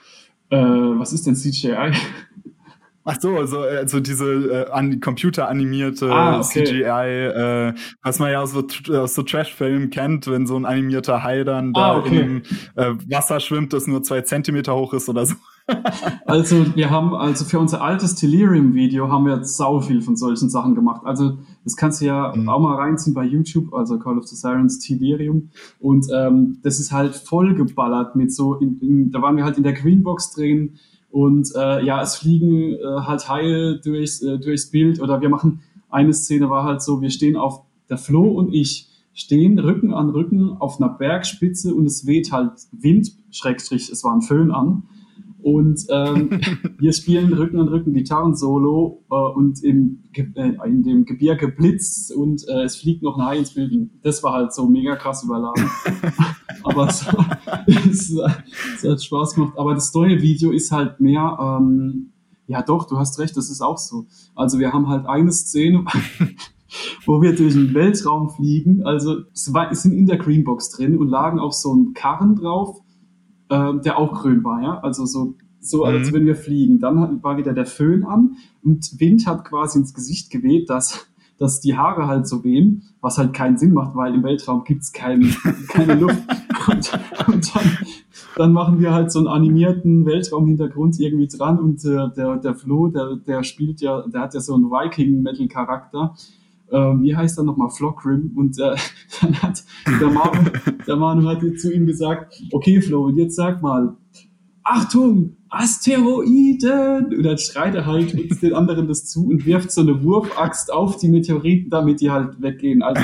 Was ist denn CGI? Ach so, also diese computeranimierte okay. CGI, was man ja aus so Trash-Filmen kennt, wenn so ein animierter Hai dann da im Wasser schwimmt, das nur 2 Zentimeter hoch ist oder so. Also für unser altes Delirium-Video haben wir jetzt sau viel von solchen Sachen gemacht. Also das kannst du ja auch mal reinziehen bei YouTube, also Call of the Sirens Delirium. Und das ist halt voll geballert mit so, da waren wir halt in der Greenbox drin und es fliegen halt Haie durchs Bild oder wir machen eine Szene war halt so, wir stehen der Flo und ich stehen Rücken an Rücken auf einer Bergspitze und es weht halt Wind, Schrägstrich, es war ein Föhn an. Und wir spielen Rücken an Rücken Gitarrensolo und in dem Gebirge blitzt und es fliegt noch ein Hai ins Bild. Das war halt so mega krass überladen. Aber es hat Spaß gemacht. Aber das neue Video ist halt mehr, ja doch, du hast recht, das ist auch so. Also wir haben halt eine Szene, wo wir durch den Weltraum fliegen. Also es sind in der Greenbox drin und lagen auf so einem Karren drauf, der auch grün war, ja. Also so als wenn wir fliegen. Dann war wieder der Föhn an und Wind hat quasi ins Gesicht geweht, dass die Haare halt so wehen, was halt keinen Sinn macht, weil im Weltraum gibt's keine Luft. Und dann machen wir halt so einen animierten Weltraumhintergrund irgendwie dran und der Flo, der spielt ja, der hat ja so einen Viking-Metal-Charakter. Wie heißt er nochmal? Flockrim. Und dann hat der Manu hat zu ihm gesagt, okay Flo, und jetzt sag mal, Achtung, Asteroiden! Und dann schreit er halt uns den anderen das zu und wirft so eine Wurfaxt auf die Meteoriten, damit die halt weggehen. Also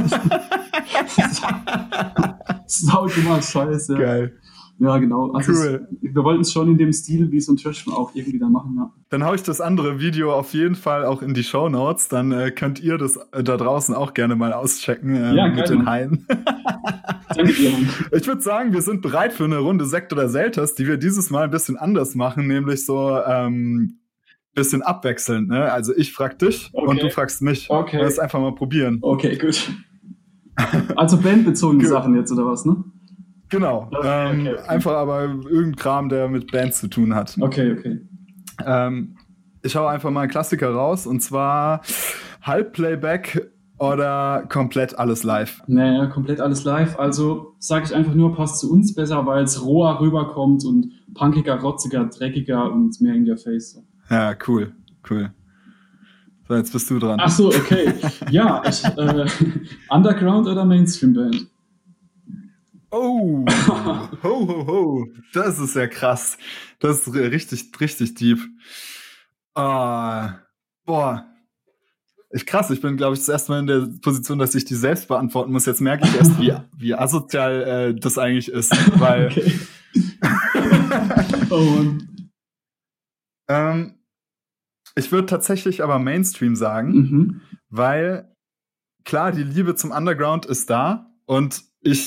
sau immer scheiße. Geil. Ja, genau. Also cool. Wir wollten es schon in dem Stil, wie so ein Trashfilm auch irgendwie da machen. Ja. Dann hau ich das andere Video auf jeden Fall auch in die Shownotes. Dann könnt ihr das da draußen auch gerne mal auschecken mit den Haien. Danke dir. Ich würde sagen, wir sind bereit für eine Runde Sekt oder Selters, die wir dieses Mal ein bisschen anders machen, nämlich so bisschen abwechselnd. Ne? Also ich frag dich und du fragst mich. Okay. Lass einfach mal probieren. Okay, gut. Also bandbezogene Sachen jetzt, oder was, ne? Genau. Okay. Einfach aber irgendein Kram, der mit Bands zu tun hat. Okay. Ich hau einfach mal einen Klassiker raus, und zwar Halbplayback oder komplett alles live? Naja, komplett alles live. Also sage ich einfach nur, passt zu uns besser, weil es roher rüberkommt und punkiger, rotziger, dreckiger und mehr in your face. Ja, cool. So, jetzt bist du dran. Ach so, okay. Ja, Underground oder Mainstream-Band? Oh, ho. Das ist ja krass. Das ist richtig deep. Boah. Krass, ich bin, glaube ich, das erste Mal in der Position, dass ich die selbst beantworten muss. Jetzt merke ich erst, wie asozial das eigentlich ist. Weil ich würde tatsächlich aber Mainstream sagen, weil klar, die Liebe zum Underground ist da und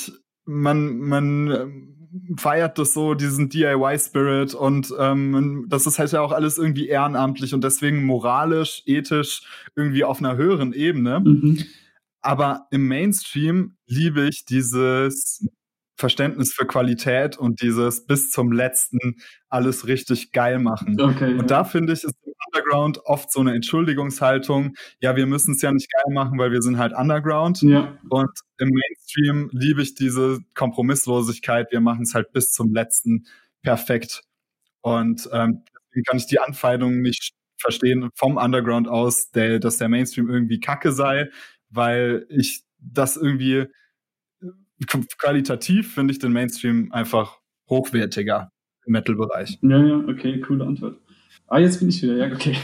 man feiert das so, diesen DIY-Spirit und das ist halt ja auch alles irgendwie ehrenamtlich und deswegen moralisch, ethisch irgendwie auf einer höheren Ebene. Aber im Mainstream liebe ich dieses Verständnis für Qualität und dieses bis zum Letzten alles richtig geil machen. Und da finde ich, ist im Underground oft so eine Entschuldigungshaltung. Ja, wir müssen es ja nicht geil machen, weil wir sind halt Underground. Ja. Und im Mainstream liebe ich diese Kompromisslosigkeit. Wir machen es halt bis zum Letzten perfekt. Und deswegen kann ich die Anfeindung nicht verstehen vom Underground aus, dass der Mainstream irgendwie Kacke sei, weil ich das irgendwie qualitativ finde ich den Mainstream einfach hochwertiger im Metal-Bereich. Ja, okay, coole Antwort. Jetzt bin ich wieder, ja, okay.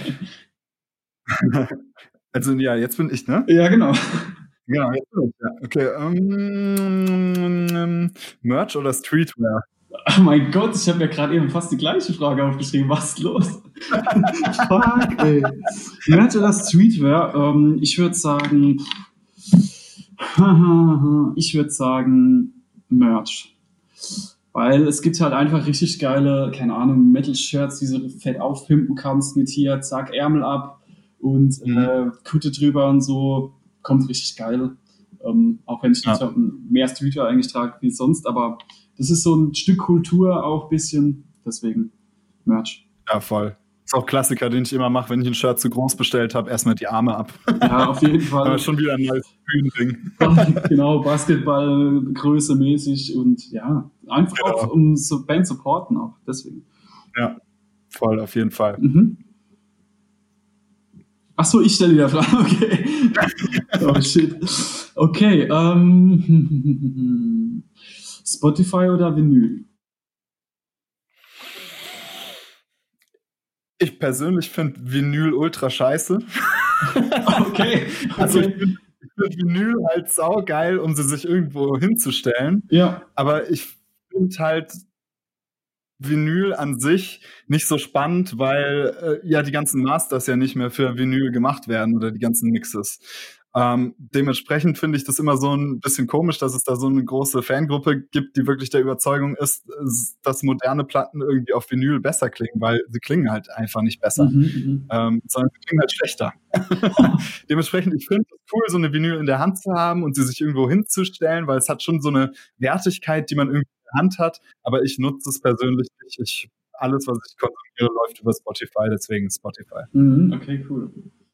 Also ja, jetzt bin ich, ne? Ja, genau. Ja, jetzt bin ich, ja. Okay. Merch oder Streetwear? Oh mein Gott, ich habe ja gerade eben fast die gleiche Frage aufgeschrieben. Was ist los? Fuck, ey. Merch oder Streetwear? Ich würde sagen Merch. Weil es gibt halt einfach richtig geile, keine Ahnung, Metal-Shirts, die du fett aufpimpen kannst mit hier, zack, Ärmel ab und Kutte drüber und so. Kommt richtig geil. Auch wenn ich mehr Streetwear eigentlich trage wie sonst, aber das ist so ein Stück Kultur auch ein bisschen, deswegen Merch. Ja, voll. Ist auch Klassiker, den ich immer mache, wenn ich ein Shirt zu groß bestellt habe, erstmal die Arme ab. Ja, auf jeden Fall. Aber schon wieder ein neues Bühnending. Genau, Basketballgröße mäßig und ja, einfach auch um so Band supporten auch, deswegen. Ja, voll, auf jeden Fall. Ach so, ich stelle wieder Fragen, okay. Oh shit. Okay, Spotify oder Vinyl? Ich persönlich finde Vinyl ultra scheiße. Okay. Also ich finde Vinyl halt saugeil, um sie sich irgendwo hinzustellen. Ja. Aber ich finde halt Vinyl an sich nicht so spannend, weil ja die ganzen Masters ja nicht mehr für Vinyl gemacht werden oder die ganzen Mixes. Dementsprechend finde ich das immer so ein bisschen komisch, dass es da so eine große Fangruppe gibt, die wirklich der Überzeugung ist, dass moderne Platten irgendwie auf Vinyl besser klingen, weil sie klingen halt einfach nicht besser, sondern sie klingen halt schlechter. Dementsprechend, ich finde es cool, so eine Vinyl in der Hand zu haben und sie sich irgendwo hinzustellen, weil es hat schon so eine Wertigkeit, die man irgendwie in der Hand hat, aber ich nutze es persönlich nicht. Alles, was ich konsumiere, läuft über Spotify, deswegen Spotify. Okay, cool.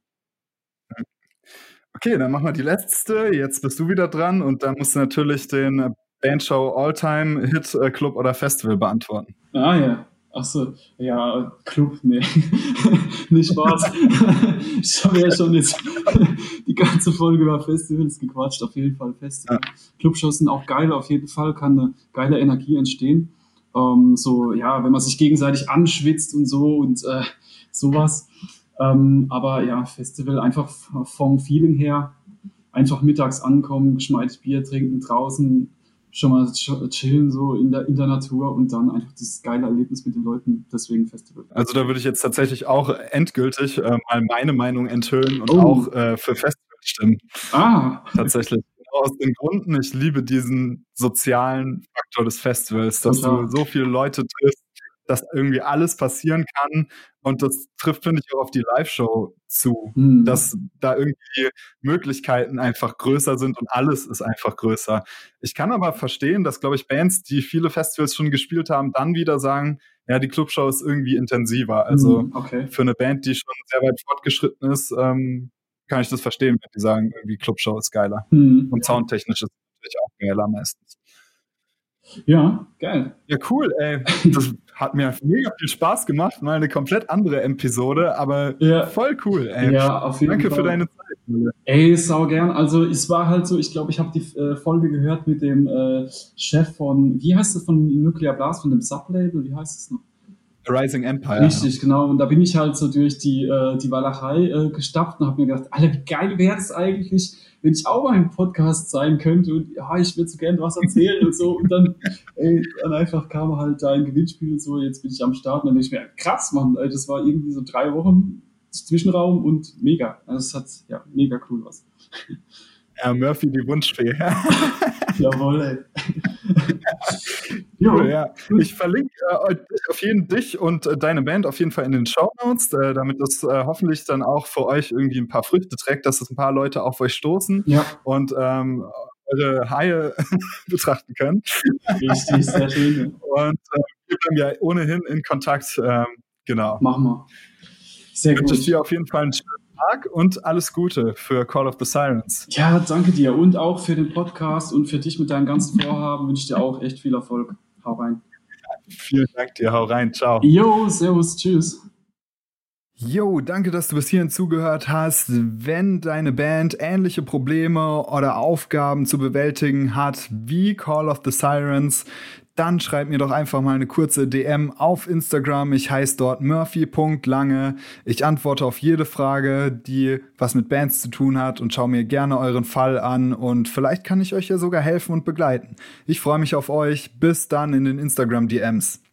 Okay, dann machen wir die letzte. Jetzt bist du wieder dran und da musst du natürlich den Bandshow All-Time Hit Club oder Festival beantworten. Ah ja, achso, ja, Club, nee, nicht Spaß. Ich habe ja schon jetzt die ganze Folge über Festivals gequatscht, auf jeden Fall Festival. Ja. Clubshows sind auch geil, auf jeden Fall kann eine geile Energie entstehen. So, ja, wenn man sich gegenseitig anschwitzt und so und sowas. Aber ja, Festival einfach vom Feeling her, einfach mittags ankommen, geschmeidig Bier trinken, draußen schon mal chillen so in der Natur und dann einfach das geile Erlebnis mit den Leuten, deswegen Festival. Also da würde ich jetzt tatsächlich auch endgültig mal meine Meinung enthüllen und auch für Festival stimmen. Tatsächlich. Aus den Gründen, ich liebe diesen sozialen Faktor des Festivals, dass du so viele Leute triffst, dass irgendwie alles passieren kann und das trifft, finde ich, auch auf die Live-Show zu, dass da irgendwie Möglichkeiten einfach größer sind und alles ist einfach größer. Ich kann aber verstehen, dass, glaube ich, Bands, die viele Festivals schon gespielt haben, dann wieder sagen, ja, die Clubshow ist irgendwie intensiver. Also für eine Band, die schon sehr weit fortgeschritten ist, kann ich das verstehen, wenn die sagen, irgendwie Clubshow ist geiler. Und soundtechnisch ist es natürlich auch geiler meistens. Ja, geil. Ja, cool, ey. Das hat mir mega viel Spaß gemacht. Mal eine komplett andere Episode, aber voll cool, ey. Ja, auf jeden Fall. Danke für deine Zeit. Ey, sau gern. Also es war halt so, ich glaube, ich habe die Folge gehört mit dem Chef von, wie heißt das, von Nuclear Blast, von dem Sublabel, wie heißt es noch? Rising Empire. Richtig, genau. Und da bin ich halt so durch die Walachei gestapft und habe mir gedacht, Alter, wie geil wäre das eigentlich, wenn ich auch mal im Podcast sein könnte und ja, ich würde so gerne was erzählen und so. Und dann, dann einfach kam halt da ein Gewinnspiel und so, jetzt bin ich am Start und dann denke ich mir, krass, Mann, das war irgendwie so 3 Wochen Zwischenraum und mega. Also es hat ja mega cool was. Ja, Murphy, die Wunschfee. Jawohl, ey. Cool, ja. Ich verlinke dich und deine Band auf jeden Fall in den Shownotes, damit das hoffentlich dann auch für euch irgendwie ein paar Früchte trägt, dass es ein paar Leute auf euch stoßen und eure Haie betrachten können. Richtig, sehr schön. Und wir bleiben ja ohnehin in Kontakt. Genau. Machen wir. Sehr gut. Ich wünsche dir auf jeden Fall einen schönen Tag und alles Gute für Call of the Sirens. Ja, danke dir und auch für den Podcast und für dich mit deinen ganzen Vorhaben wünsche ich dir auch echt viel Erfolg. Hau rein. Vielen Dank dir, hau rein, ciao. Jo, servus, tschüss. Jo, danke, dass du bis hierhin zugehört hast. Wenn deine Band ähnliche Probleme oder Aufgaben zu bewältigen hat wie Call of the Sirens, dann schreib mir doch einfach mal eine kurze DM auf Instagram. Ich heiße dort murphy.lange. Ich antworte auf jede Frage, die was mit Bands zu tun hat und schaue mir gerne euren Fall an und vielleicht kann ich euch ja sogar helfen und begleiten. Ich freue mich auf euch. Bis dann in den Instagram-DMs.